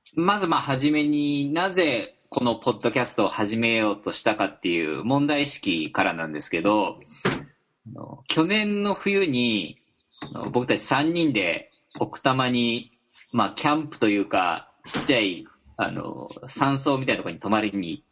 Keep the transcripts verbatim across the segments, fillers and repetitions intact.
まずまあ初めになぜこのポッドキャストを始めようとしたかっていう問題意識からなんですけど、あの去年の冬にあの僕たちさんにんで奥多摩に、まあキャンプというかちっちゃいあの山荘みたいなところに泊まりに行って、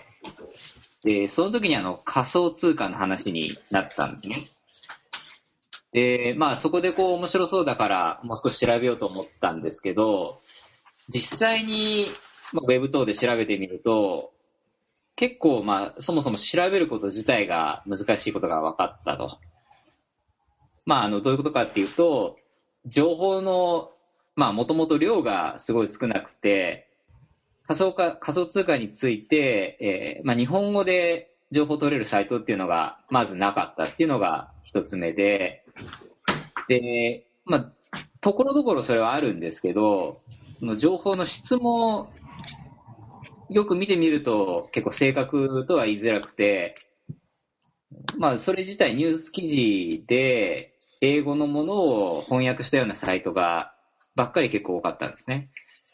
で、その時にあの仮想通貨の話になったんですね。で、まあそこでこう面白そうだからもう少し調べようと思ったんですけど、実際にまあウェブ等で調べてみると、結構まあそもそも調べること自体が難しいことが分かったと。まああのどういうことかっていうと、情報のまあもともと量がすごい少なくて、仮想化、仮想通貨について、えーまあ日本語で情報を取れるサイトっていうのがまずなかったっていうのが一つ目で、で、まあ、ところどころそれはあるんですけど、その情報の質もよく見てみると結構正確とは言いづらくて、まあ、それ自体ニュース記事で英語のものを翻訳したようなサイトがばっかり結構多かったんですね。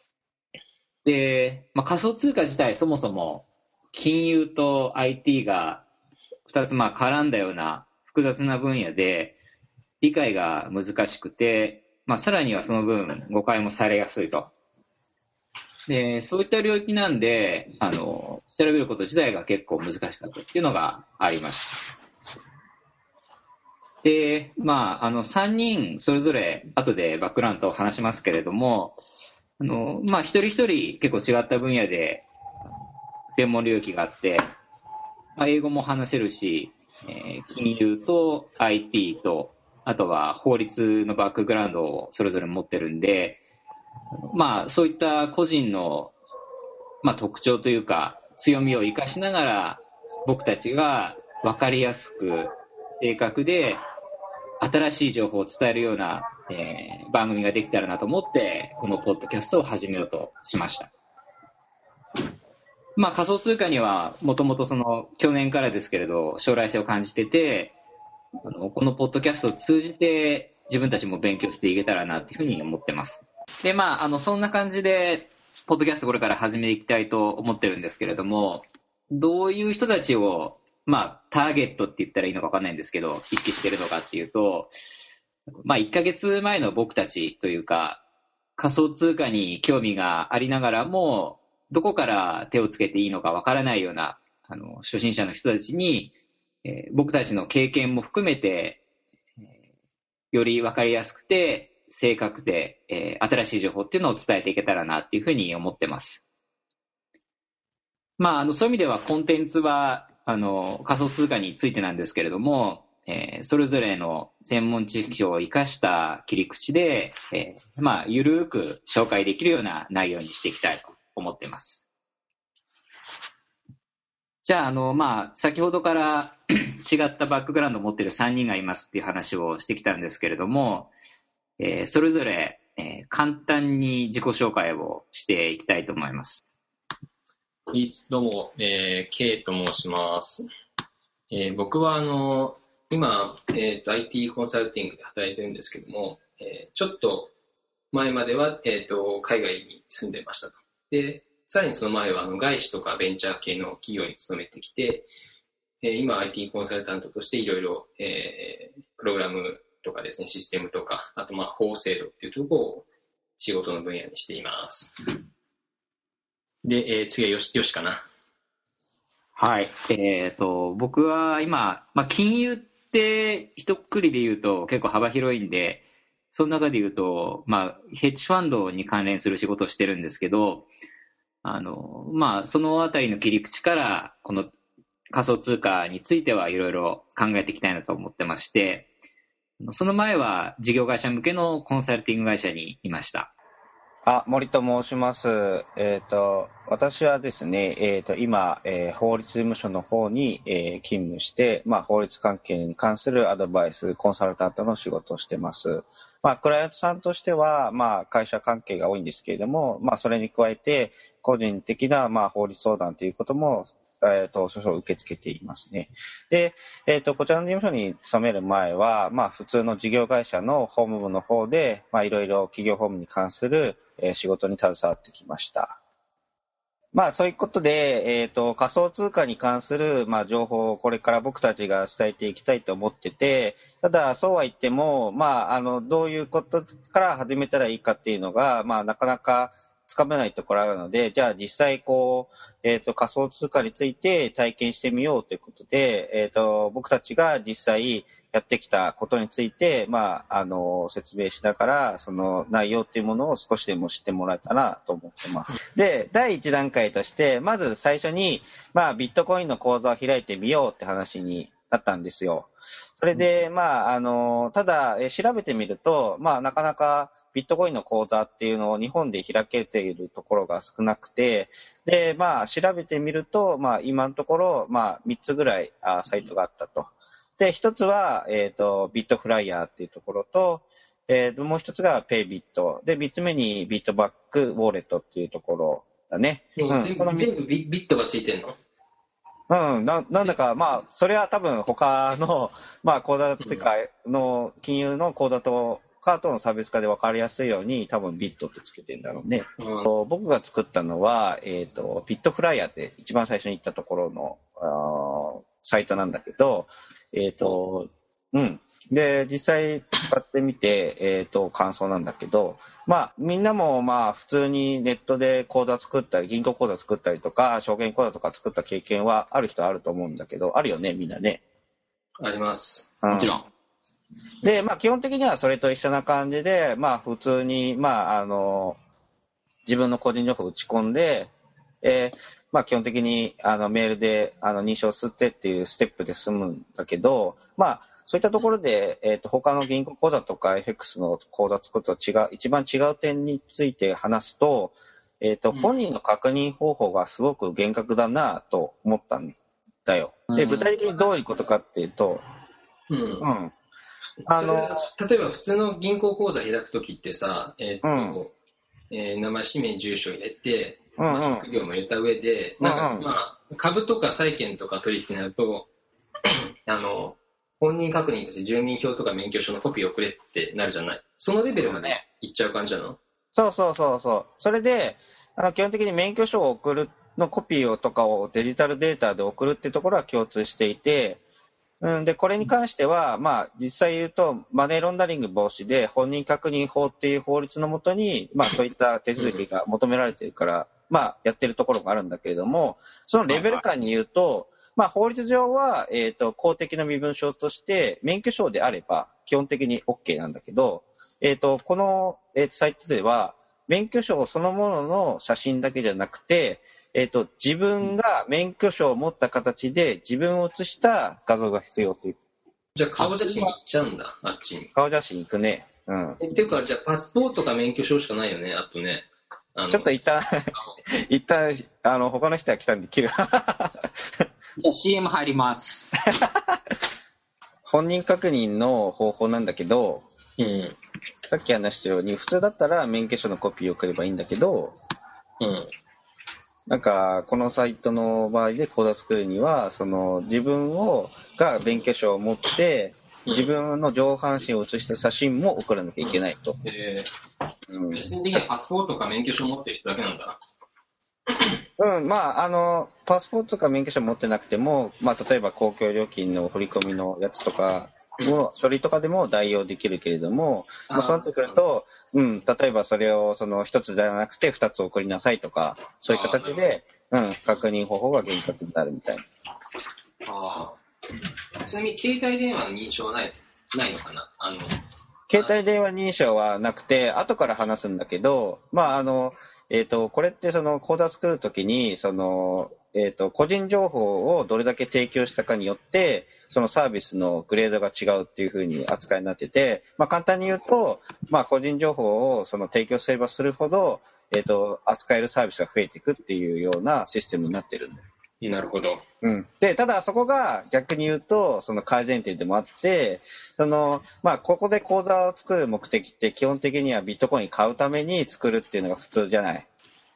で、まあ、仮想通貨自体そもそも金融と アイティー が二つまあ絡んだような複雑な分野で理解が難しくて、まあ、さらにはその分誤解もされやすいと。で、そういった領域なんで、あの、調べること自体が結構難しかったっていうのがありました。で、まあ、あの、さんにんそれぞれ後でバックグラウンドを話しますけれども、あの、まあ、一人一人結構違った分野で専門領域があって、まあ、英語も話せるし、えー金融と アイティー と、あとは法律のバックグラウンドをそれぞれ持ってるんで、まあ、そういった個人の、まあ、特徴というか強みを生かしながら僕たちが分かりやすく正確で新しい情報を伝えるような、えー番組ができたらなと思ってこのポッドキャストを始めようとしました。まあ、仮想通貨にはもともとその去年からですけれど将来性を感じてて、あのこのポッドキャストを通じて自分たちも勉強していけたらなというふうに思ってます。で、まあ、あのそんな感じでポッドキャストこれから始めていきたいと思ってるんですけれども、どういう人たちを、まあ、ターゲットって言ったらいいのか分かんないんですけど意識してるのかっていうと、まあ、いっかげつまえの僕たちというか仮想通貨に興味がありながらもどこから手をつけていいのか分からないようなあの初心者の人たちに、えー僕たちの経験も含めて、えーより分かりやすくて正確で、えー新しい情報っていうのを伝えていけたらなっていうふうに思ってます。まあ、あのそういう意味ではコンテンツはあの仮想通貨についてなんですけれども、えーそれぞれの専門知識を生かした切り口で、えーまあ、ゆるく紹介できるような内容にしていきたいと思っています。じゃあ、あの、まあ、先ほどから違ったバックグラウンドを持っているさんにんがいますっていう話をしてきたんですけれども、えーそれぞれ、えー簡単に自己紹介をしていきたいと思います。 はい、どうも、えー、K と申します。えー僕はあの今、えーと、アイティー コンサルティングで働いてるんですけども、えーちょっと前までは、えーと、海外に住んでましたと。で、さらにその前はあの外資とかベンチャー系の企業に勤めてきて、えー今 アイティー コンサルタントとしていろいろ、えープログラムとかですね、システムとか、あとまあ法制度っていうところを仕事の分野にしています。で、えー次はよし、よしかな。 はい。えっと、僕は今、まあ、金融って一括りで言うと結構幅広いんで、その中で言うと、まあ、ヘッジファンドに関連する仕事をしてるんですけど、あの、まあ、そのあたりの切り口から、この仮想通貨についてはいろいろ考えていきたいなと思ってまして、その前は事業会社向けのコンサルティング会社にいました。 あ、森と申します。えっと、私はですね、えっと、今、えー法律事務所の方に、えー勤務して、まあ、法律関係に関するアドバイス、コンサルタントの仕事をしてます。まあ、クライアントさんとしては、まあ、会社関係が多いんですけれども、まあ、それに加えて、個人的な、まあ、法律相談ということも、 えっと、少々受け付けていますね。で、えっと、こちらの事務所に勤める前は、まあ、普通の事業会社の法務部の方で、まあ、いろいろ企業法務に関する、えー仕事に携わってきました。まあ、そういうことで、えっと、仮想通貨に関する、まあ、情報をこれから僕たちが伝えていきたいと思ってて、ただ、そうは言っても、まあ、あの、どういうことから始めたらいいかっていうのが、まあ、なかなかつかめないところなので、じゃあ実際、こう、えっと、仮想通貨について体験してみようということで、えっと、僕たちが実際、やってきたことについて、まあ、あの、説明しながら、その内容っていうものを少しでも知ってもらえたらと思ってます。で、第一段階として、まず最初に、まあ、ビットコインの口座を開いてみようって話になったんですよ。それで、まあ、あの、ただ、え調べてみると、まあ、なかなか、ビットコインの口座っていうのを日本で開けているところが少なくて、で、まあ、調べてみると、まあ、今のところ、まあ、みっつぐらいあサイトがあったと。で、一つは、えっと、ビットフライヤーっていうところと、えー、もう一つがペイビット。で、三つ目にビットバックウォーレットっていうところだね。 もう全部、 うん、 全部ビビットがついてんの？ うん、な、なんだか、まあ、それは多分他の、まあ、口座っていうか、の、金融の口座と、カートの差別化で分かりやすいように、多分ビットってつけてんだろうね。 うん、 僕が作ったのは、えっと、ビットフライヤーって一番最初に言ったところの、あーサイトなんだけど、えっと、うん。で、実際使ってみて、えっと、感想なんだけど、まあ、みんなもまあ、普通にネットで口座作ったり、銀行口座作ったりとか、証券口座とか作った経験はある人あると思うんだけど、あるよね、みんなね。 あります。 うんもちろん。 で、まあ、基本的にはそれと一緒な感じで、まあ、普通に、まあ、あの、自分の個人情報を打ち込んで、えーまあ、基本的にあのメールであの認証すってっていうステップで済むんだけど、まあ、そういったところで、えーと、他の銀行口座とか エフエックス の口座作ると違う、一番違う点について話すと、えーと、本人の確認方法がすごく厳格だなと思ったんだよ。で、具体的にどういうことかっていうと、 うん。 うん。あの、 例えば普通の銀行口座開くときってさ、えっと、 うんえー名前、氏名、住所入れて、 うんうんまあ、職業も入れた上で、なんか、 うんうんまあ、株とか債券とか取引になると、あの、本人確認として住民票とか免許証のコピーをくれってなるじゃない。そのレベルまでいっちゃう感じなの？ そうそうそうそう。それで、あの基本的に免許証を送るのコピーをとかをデジタルデータで送るっていうところは共通していて、うん、で、これに関しては、まあ、実際言うと、マネーロンダリング防止で本人確認法っていう法律のもとに、まあ、そういった手続きが求められているから、まあ、やってるところがあるんだけれども、そのレベル感に言うと、まあ、法律上は、えっと、公的な身分証として、免許証であれば、基本的に OK なんだけど、えっと、この、えっと、サイトでは、免許証そのものの写真だけじゃなくて、えっと、自分が免許証を持った形で自分を写した画像が必要という。 じゃあ顔写真いっちゃうんだ、あっちに。 顔写真いくね。うん。 えっていうか、じゃあパスポートか免許証しかないよね、あとね。あのちょっと一旦、一旦、あの、他の人が来たんで切る。 じゃあ シーエム 入ります。 本人確認の方法なんだけど、 うん。 さっき話したように、普通だったら免許証のコピーを送ればいいんだけど、 うん。 なんか、このサイトの場合で口座作るには、その、自分を、が免許証を持って、自分の上半身を写した写真も送らなきゃいけないと。 えー、 うん、 別に的にはパスポートか免許証持ってる人だけなんだ。 うん、まあ、あの、パスポートとか免許証持ってなくても、まあ、例えば公共料金の振り込みのやつとかの書類とかでも代用できるけれども、 あーまあ、そうなってくると、うん、例えばそれをその一つじゃなくて二つ送りなさいとか、そういう形で、うん、確認方法が厳格になるみたいな。 ああ。ちなみに携帯電話の認証はないないのかな？あの携帯電話認証はなくて、後から話すんだけど、まあ、あの、えっと、これってその口座作るときに、その、えっと、個人情報をどれだけ提供したかによって、そのサービスのグレードが違うっていうふうに扱いになってて、まあ、簡単に言うと、まあ、個人情報をその提供すればするほど、えっと、扱えるサービスが増えていくっていうようなシステムになってるんだよ。 なるほど。 うん。で、ただそこが逆に言うと、その改善点でもあって、その、まあ、ここで口座を作る目的って基本的にはビットコイン買うために作るっていうのが普通じゃない。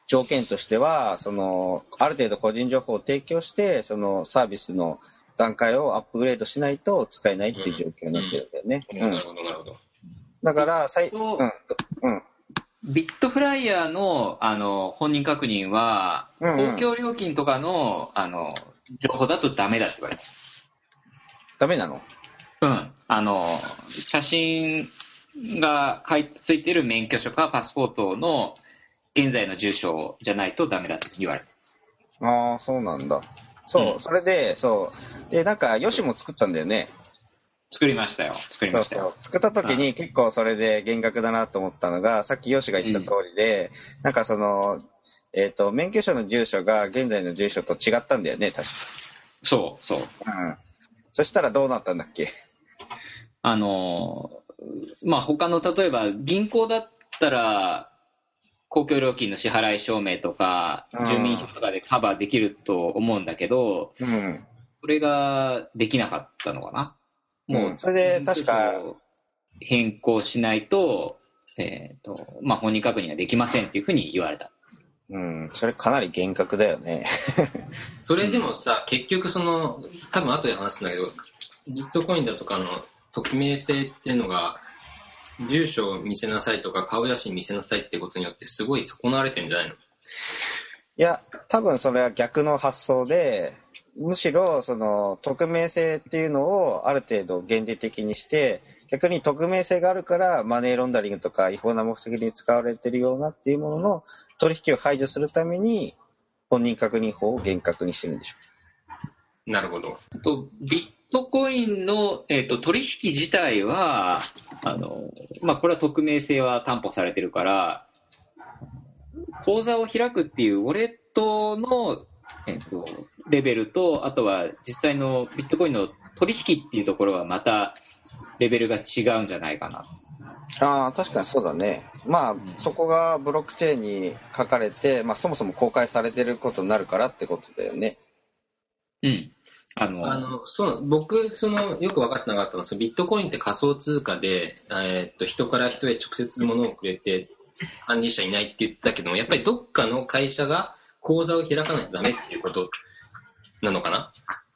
条件としては、その、ある程度個人情報を提供して、そのサービスの段階をアップグレードしないと使えないっていう状況になってるんだよね。 うんうん、なるほど、なるほど。 だから、最、うん、うん。 ビットフライヤーの、あの、本人確認は、うんうん、公共料金とかの、あの、情報だとダメだって言われた。 ダメなの？ うん。あの、写真が書いついてる免許証かパスポートの現在の住所じゃないとダメだって言われた。 ああ、そうなんだ。そう、うん、それで、そう。で、なんか、ヨシも作ったんだよね。 作りましたよ。作りましたよ。そうそう、 作った時に結構それで厳格だなと思ったのが、さっきヨシが言った通りで、うん、なんかその、えっと、免許証の住所が現在の住所と違ったんだよね、確か。 そう、そう。うん。 そしたらどうなったんだっけ？ あの、まあ、他の、例えば銀行だったら、公共料金の支払い証明とか、住民票とかでカバーできると思うんだけど、うん、これができなかったのかな。もう、うん、 それで確か変更しないと、えっと、まあ、本人確認ができませんっていうふうに言われた。 うん、それかなり厳格だよね。 それでもさ、結局その、多分後で話すんだけど、ビットコインだとかの匿名性っていうのが、住所を見せなさいとか顔写真見せなさいってことによってすごい損なわれてるんじゃないの？いや、多分それは逆の発想で、むしろその匿名性っていうのをある程度限定的にして、逆に匿名性があるからマネーロンダリングとか違法な目的で使われてるようなっていうものの取引を排除するために本人確認法を厳格にしてるんでしょう。なるほど。 とビットコインの、えーと、取引自体はあの、まあ、これは匿名性は担保されてるから口座を開くっていうウォレットの、えーと、レベルとあとは実際のビットコインの取引っていうところはまたレベルが違うんじゃないかな。 ああ、確かにそうだね。まあ、うん、そこがブロックチェーンに書かれて、まあ、そもそも公開されてることになるからってことだよね。 うん。 あの、あのそう僕、その、よく分かってなかったのは、そのビットコインって仮想通貨で、えー、っと、人から人へ直接物をくれて、管理者いないって言ったけども、やっぱりどっかの会社が口座を開かないとダメっていうことなのかな？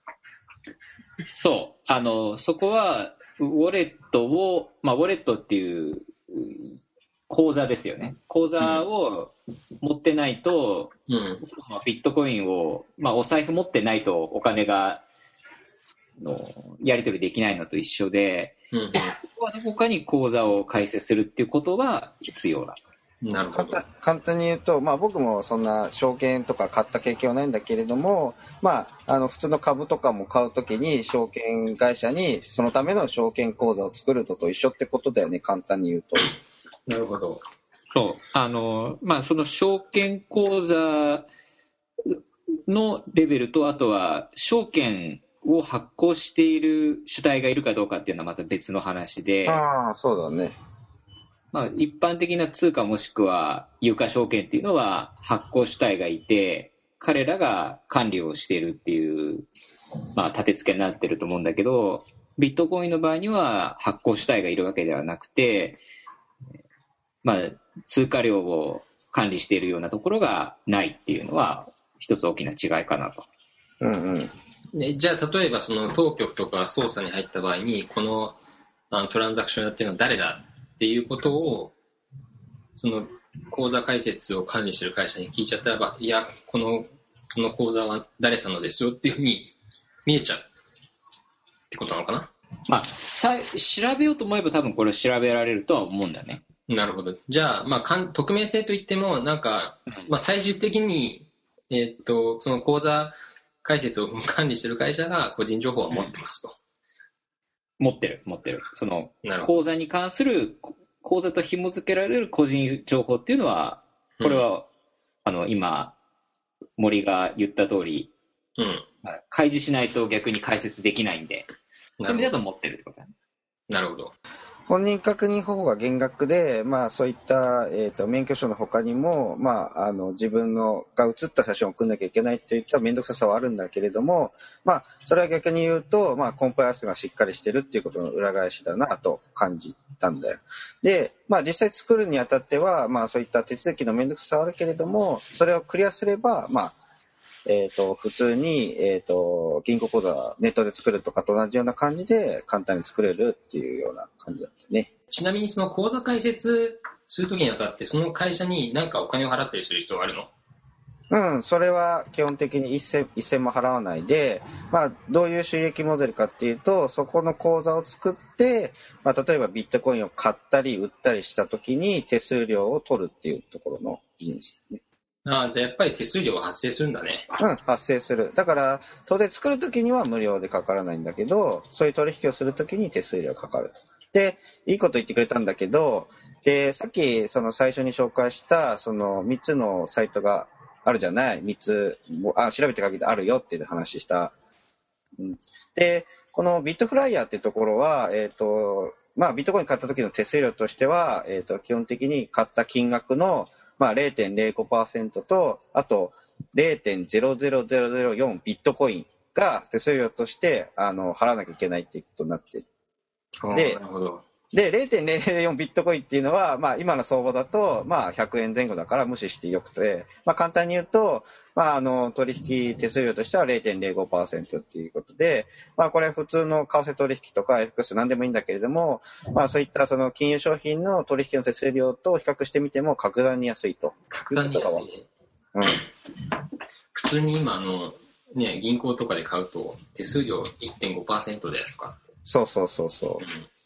そう。あの、そこは、ウォレットを、まあ、ウォレットっていう口座ですよね。口座を持ってないと、うん、そもそもビットコインを、まあ、お財布持ってないとお金が、のやり取りできないのと一緒で、うん、ここはどこかに口座を開設するっていうことが必要だ。 なるほど。 簡単、簡単に言うと、まあ、僕もそんな証券とか買った経験はないんだけれども、まあ、あの普通の株とかも買うときに証券会社にそのための証券口座を作るのと一緒ってことだよね、簡単に言うと。 なるほど。 そう。あの、まあ、その証券口座のレベルと、あとは証券を発行している主体がいるかどうかっていうのはまた別の話で。 ああ、そうだね。 まあ、一般的な通貨もしくは有価証券っていうのは発行主体がいて、彼らが管理をしているっていう、まあ、立て付けになってると思うんだけど、ビットコインの場合には発行主体がいるわけではなくて、まあ、通貨量を管理しているようなところがないっていうのは一つ大きな違いかなと。 うんうんでじゃあ例えばその当局とか捜査に入った場合にこの、あのトランザクションやってるのは誰だっていうことをその口座開設を管理している会社に聞いちゃったらば、いやこのこの口座は誰さんのですよっていうふうに見えちゃうってことなのかな。 まあ、さ調べようと思えば多分これを調べられるとは思うんだね。 なるほど。じゃあ、まあ、かん匿名性といってもなんか、まあ、最終的に、えー、っとその口座開設を管理している会社が個人情報を持ってますと。 うん、持ってる持ってる。その口座に関する口座と紐付けられる個人情報っていうのはこれは、うん、あの今森が言った通り、うん、開示しないと逆に開設できないんで、それだと持ってるってことだね。 なるほど。 本人確認方法が減額で、まあ、そういった、えーと、免許証の他にも、まあ、あの自分のが写った写真を送んなきゃいけないといった面倒くささはあるんだけれども、まあ、それは逆に言うと、まあ、コンプライアンスがしっかりしてるっていうことの裏返しだなと感じたんだよ。で、まあ、実際作るにあたっては、まあ、そういった手続きの面倒くささはあるけれども、それをクリアすれば、まあ、えーと、普通に、えーと、銀行口座ネットで作るとかと同じような感じで簡単に作れるっていうような感じだったね。 ちなみにその口座開設するときにあたって、その会社に何かお金を払ったりする必要があるの？ うん、それは基本的に一銭、一銭も払わないで、まあ、どういう収益モデルかっていうと、そこの口座を作って、まあ、例えばビットコインを買ったり売ったりしたときに手数料を取るっていうところのビジネスね。 ああ、じゃあやっぱり手数料が発生するんだね。 うん、発生する。だから、当然作るときには無料でかからないんだけど、そういう取引をするときに手数料がかかると。で、いいこと言ってくれたんだけど、で、さっきその最初に紹介したそのみっつのサイトがあるじゃない？ みっ つ、あ、調べて限ってあるよっていう話した。うん、で、このビットフライヤーっていうところは、えっと、まあ、ビットコイン買った時の手数料としては、えっと、基本的に買った金額のまあ、ゼロてんゼロごパーセント と、あと ゼロてんゼロゼロゼロゼロよん ビットコインが手数料としてあの払わなきゃいけないっていうことになってる。で、 なるほど。 で、ゼロてんゼロゼロよん ビットコインっていうのは、まあ、今の相場だと、まあ、ひゃくえんぜん後だから無視してよくて、まあ、簡単に言うと、まあ、あの、取引手数料としては ゼロてんゼロごパーセント っていうことで、まあ、これ普通の為替取引とか エフエックス 何でもいいんだけれども、まあ、そういったその金融商品の取引の手数料と比較してみても格段に安いと。 格段に安いね。 うん。 普通に今あの、ね、銀行とかで買うと手数料 いってんごパーセント ですとかって。 そうそうそうそう。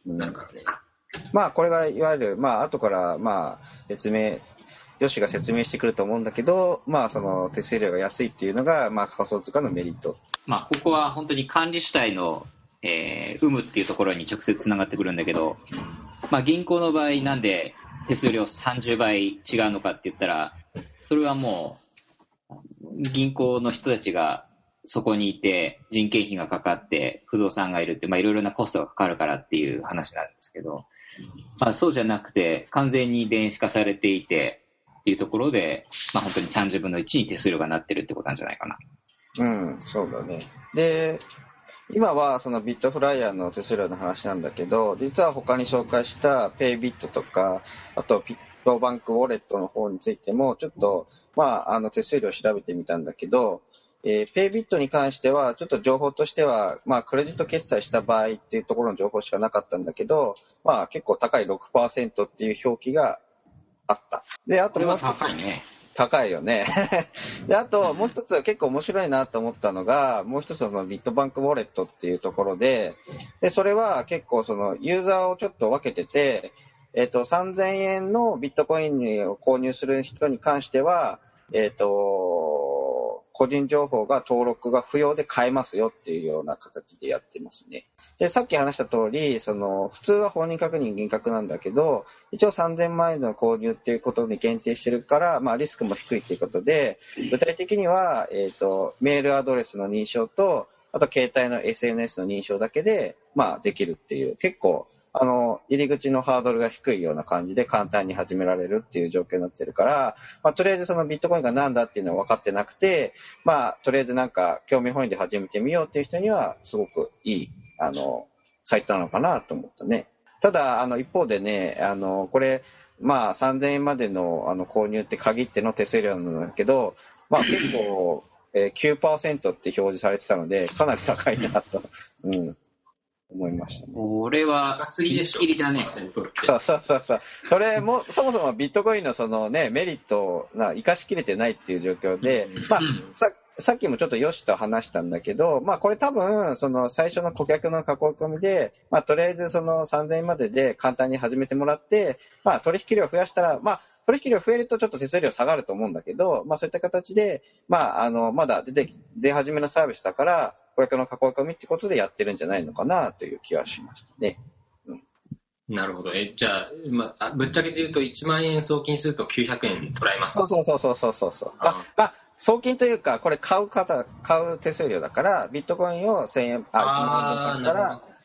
うん、なるからね。 まあ、これがいわゆる、まあ、後から、まあ、説明、ヨシが説明してくると思うんだけど、まあ、その手数料が安いっていうのが、まあ、仮想通貨のメリット。 まあ、ここは本当に管理主体の、えー、有無っていうところに直接つながってくるんだけど、まあ、銀行の場合、なんで手数料さんじゅうばい違うのかって言ったら、それはもう、銀行の人たちがそこにいて、人件費がかかって、不動産がいるって、まあ、いろいろなコストがかかるからっていう話なんですけど、まあ、そうじゃなくて、完全に電子化されていてっていうところで、まあ、本当にさんじゅうぶんのいちに手数料がなってるってことなんじゃないかな。 うん、そうだね。で、今はそのビットフライヤーの手数料の話なんだけど、実は他に紹介したペイビットとか、あとピットバンクウォレットの方についても、ちょっと、まあ、あの手数料を調べてみたんだけど、えー、ペイビットに関しては、ちょっと情報としては、まあ、クレジット決済した場合っていうところの情報しかなかったんだけど、まあ、結構高い ろくパーセント っていう表記があった。で、あともう一つ。 高いね。 高いよね。で、あともう一つ結構面白いなと思ったのが、もう一つのビットバンクウォレットっていうところで、で、それは結構そのユーザーをちょっと分けてて、えっと、さんぜんえんのビットコインを購入する人に関しては、えっと、個人情報が登録が不要で買えますよっていうような形でやってますね。で、さっき話した通り、その、普通は本人確認銀確なんだけど、一応さんぜんまんえんの購入っていうことに限定してるから、まあリスクも低いっていうことで、具体的には、えっと、メールアドレスの認証と、あと携帯の エスエヌエス の認証だけで、まあできるっていう、結構、あの、入り口のハードルが低いような感じで簡単に始められるっていう状況になってるから、まあ、とりあえずそのビットコインが何だっていうのは分かってなくて、まあ、とりあえずなんか興味本位で始めてみようっていう人にはすごくいい、あの、サイトなのかなと思ったね。ただ、あの、一方でね、あの、これ、まあ、さんぜんえんまでのあの購入って限っての手数料なんだけど、まあ結構、えー、きゅうパーセント って表示されてたので、かなり高いなと。うん。思いましたね。 俺は高すぎでしょ。 ギリギリだね。 そうそうそうそう。それもそもそもビットコインのそのねメリットをな生かしきれてないっていう状況で、まあささっきもちょっとヨシと話したんだけど、まあこれ多分その最初の顧客の囲い込みで、まあとりあえずそのさんぜんえんまでで簡単に始めてもらって、まあ取引量増やしたらまあ取引量増えるとちょっと手数料下がると思うんだけど、まあそういった形で、まああのまだ出て出始めのサービスだから。顧客の囲い込みってことでやってるんじゃないのかなという気はしましたね。うん、 なるほど。え、じゃあ、まあ、ぶっちゃけて言うといちまんえん送金するときゅうひゃくえん取られます。 そうそうそうそうそうそう。あ、あ、送金というか、これ買う方、買う手数料だから、ビットコインをせんえん、あ、いちまんえんで買ったら、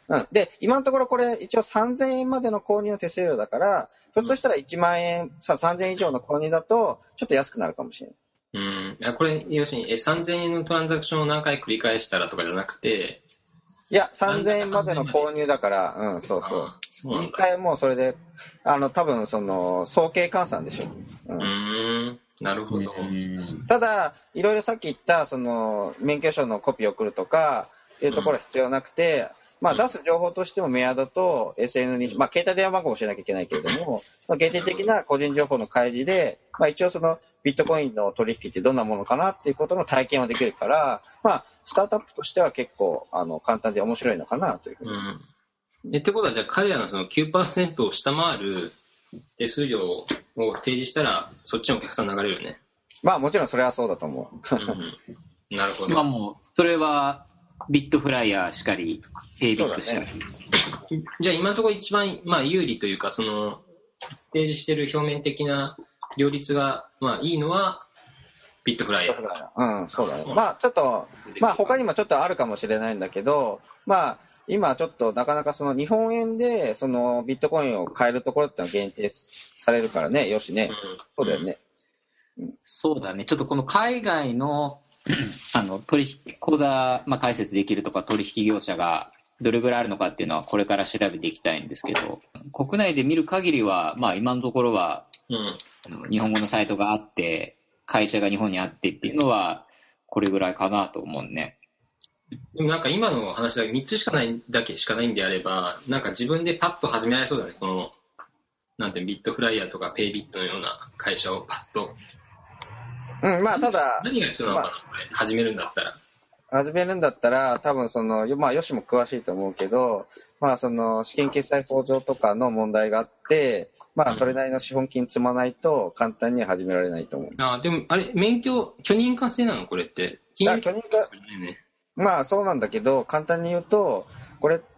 うん。で、今のところこれ一応さんぜんえんまでの購入の手数料だから、ひょっとしたらいちまんえん、ささんぜんえん以上の購入だと、ちょっと安くなるかもしれない。 うん。いやこれ、要するに、え、さんぜんえんのトランザクションを何回繰り返したらとかじゃなくて、 いや、さんぜんえんまでの購入だから、うん、そうそう。 そう一回もうそれで、あの、多分その、総計換算でしょ。うん。 うーん、なるほど。 ただ、いろいろさっき言った、その、免許証のコピーを送るとか、っていうところは必要なくて、うん、まあ、出す情報としてもメアドと エスエヌ に、まあ、携帯電話番号を教えなきゃいけないけれども、まあ、限定的な個人情報の開示で、まあ、一応その、ビットコインの取引ってどんなものかなっていうことの体験はできるから、まあ、スタートアップとしては結構、あの、簡単で面白いのかなというふうに。 うん。え、ってことは、じゃあ彼らのその きゅうパーセント を下回る手数料を提示したら、そっちのお客さん流れるよね。 まあ、もちろんそれはそうだと思う。うんうん、なるほど。 まあもう、それは、ビットフライヤーしかり、ペイビットしかり。ね、 じゃあ今のところ一番、まあ、有利というか、その、提示している表面的な両立が、まあ、いいのは、ビットフライヤー。 うん、そうだね。まあ、ちょっと、まあ、他にもちょっとあるかもしれないんだけど、まあ、今ちょっとなかなかその日本円で、そのビットコインを買えるところってのは限定されるからね、よしね。うん、そうだよね。 うん、そうだね。ちょっとこの海外の、あの、取引、口座、まあ、開設できるとか取引業者がどれぐらいあるのかっていうのはこれから調べていきたいんですけど、国内で見る限りは、まあ今のところは、うん、日本語のサイトがあって、会社が日本にあってっていうのは、これぐらいかなと思うね。 でもなんか今の話だけみっつしかないだけしかないんであれば、なんか自分でパッと始められそうだね。この、なんてビットフライヤーとかペイビットのような会社をパッと。 うん、まあただ。 何が必要なのかな、まあ、これ。始めるんだったら。 始めるんだったら、多分その、まあ、よしも詳しいと思うけど、まあ、その、資金決済法上とかの問題があって、まあ、それなりの資本金積まないと、簡単には始められないと思う。 ああ、でも、あれ、免許、許認可制なのこれって。 金許認可、ね、まあ、そうなんだけど、簡単に言うと、これって、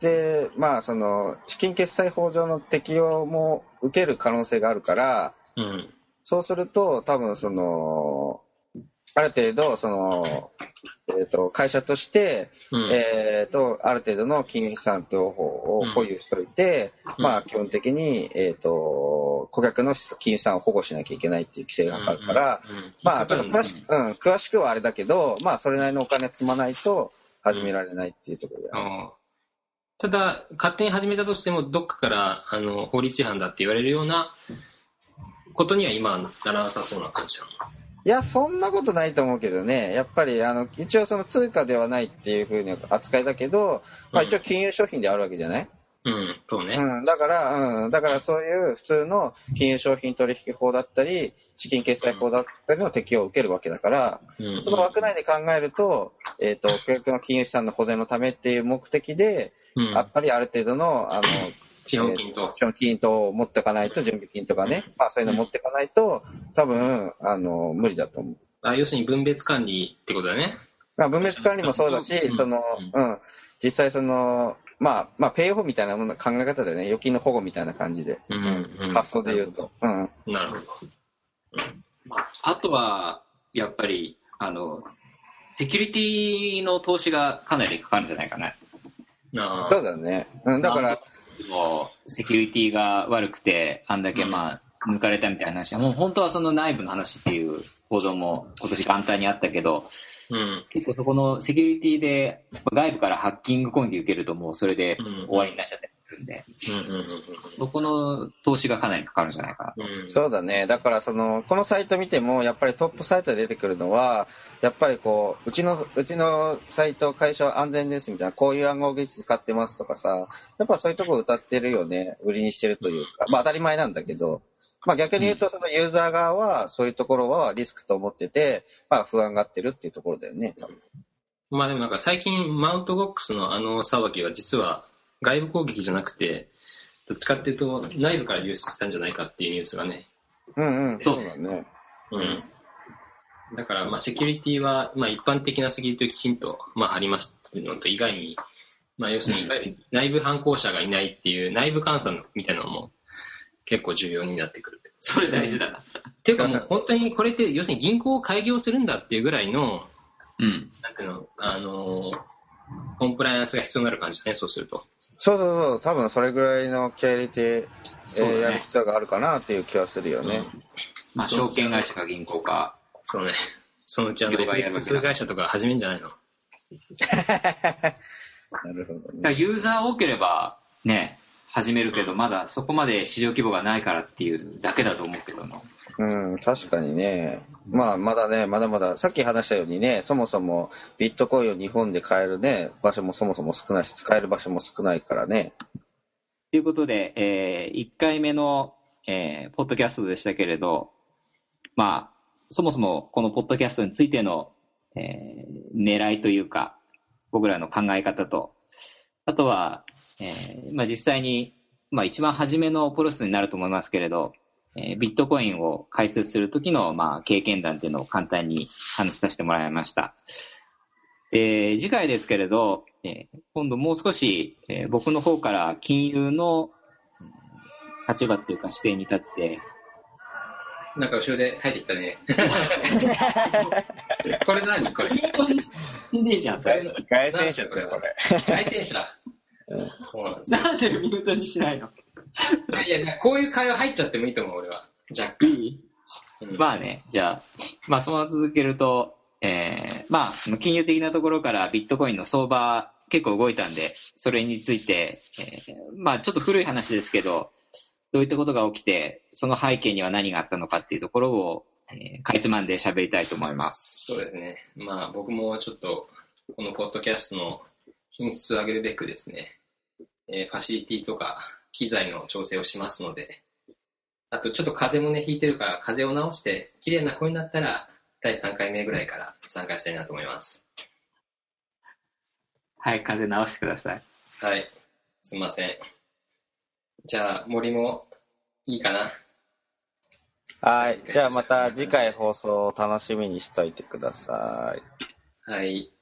まあ、その、資金決済法上の適用も受ける可能性があるから、 うん、 そうすると、多分その、ある程度、その、えー、と会社として、うん、えー、とある程度の金融資産情報を保有しておいて、うん、まあ、基本的に、えー、と顧客の金融資産を保護しなきゃいけないっていう規制がかかるから、うんうんうん、まあ、ちょっと詳しく、うん、詳しくはあれだけど、まあ、それなりのお金積まないと始められないっていうところで、 うん、ただ、勝手に始めたとしても、どっかからあの法律違反だって言われるようなことには今はならなさそうな感じなの。 いや、そんなことないと思うけどね。やっぱり、あの、一応その通貨ではないっていうふうに扱いだけど、まあ一応金融商品であるわけじゃない？ うん、そうね。 うん、だから、うん、だからそういう普通の金融商品取引法だったり、資金決済法だったりの適用を受けるわけだから、うん、その枠内で考えると、えっと、顧客の金融資産の保全のためっていう目的で、うん、やっぱりある程度の、あの、 資本金と。 資本金と持っておかないと、準備金とかね、まあそういうの持っていかないと、多分、あの、無理だと思う。 あ、要するに分別管理ってことだね。 まあ分別管理もそうだし、うん、その、うん、実際その、まあ、まあ、ペイオフみたいなもの考え方でね、預金の保護みたいな感じで、うんうん、発想で言うと。うん。 なるほど。 うんまあ、あとは、やっぱり、あの、セキュリティの投資がかなりかかるんじゃないかな。 あそうだね。うん、だから、 セキュリティが悪くて、あんだけまあ、抜かれたみたいな話は、もう本当はその内部の話っていう報道も今年元旦にあったけど、うん、結構そこのセキュリティで外部からハッキング攻撃受けるともうそれで終わりになっちゃってるんで、そこの投資がかなりかかるんじゃないかなと、 うん、そうだね。だからそのこのサイト見てもやっぱりトップサイトで出てくるのはやっぱりこううちのうちのサイト会社は安全ですみたいな、こういう暗号技術使ってますとかさ、やっぱそういうところ歌ってるよね、売りにしてるというか、まあ当たり前なんだけど、まあ逆に言うとそのユーザー側はそういうところはリスクと思ってて、まあ不安がってるっていうところだよね、多分。 まあでもなんか最近マウントボックスのあの騒ぎは実は外部攻撃じゃなくて、どっちかっていうと内部から流出したんじゃないかっていうニュースがね。 うんうん、そうだね。 うん。だからまあセキュリティは、まあ一般的なセキュリティをきちんとまあ張りますのと以外に、まあ要するにいわゆる内部犯行者がいないっていう内部監査みたいなのも結構重要になってくる。 それ大事だな。 っていうかもう本当にこれって要するに銀行を開業するんだっていうぐらいの、 うん。 なんていうの、あの、コンプライアンスが必要になる感じだね、そうすると。 そうそうそう、多分それぐらいの経理で、えーね、やる必要があるかなっていう気はするよね。うん、 まあ、証券会社か銀行か。 そうね。そのうちあの、普通会社とか始めんじゃないのなるほどね。 だユーザー多ければね、始めるけど、まだそこまで市場規模がないからっていうだけだと思うけどな。 うん、確かにね。まあ、まだね、まだまだ、さっき話したようにね、そもそもビットコインを日本で買えるね、場所もそもそも少ないし、使える場所も少ないからね。 ということで、えー、いっかいめの、えー、ポッドキャストでしたけれど、まあ、そもそもこのポッドキャストについての、えー、狙いというか、僕らの考え方と、あとは、えーまあ、実際に、まあ、一番初めのプロセスになると思いますけれど、えー、ビットコインを開設するときの、まあ、経験談っていうのを簡単に話させてもらいました。えー、次回ですけれど、えー、今度もう少し、えー、僕の方から金融の立場っていうか視点に立って、 なんか後ろで入ってきたね。これ何これ。 いねえじゃん、それ。 外旋車これ。 外旋車。 そうなんです。なんでミュートにしないのいやいや、こういう会話入っちゃってもいいと思う、俺は。若干。いい、 うん、まあね、じゃあ、まあそのまま続けると、えー、まあ、金融的なところからビットコインの相場結構動いたんで、それについて、えー、まあちょっと古い話ですけど、どういったことが起きて、その背景には何があったのかっていうところを、えー、かいつまんで喋りたいと思います。 そうですね。まあ僕もちょっと、このポッドキャストの品質を上げるべくですね、えー、ファシリティとか機材の調整をしますので、あとちょっと風邪もね、ひいてるから、風邪を直して、綺麗な声になったら、だいさんかいめぐらいから参加したいなと思います。 はい、風邪直してください。 はい、すいません。じゃあ、森もいいかな。 はい、じゃあまた次回放送を楽しみにしといてください。 はい。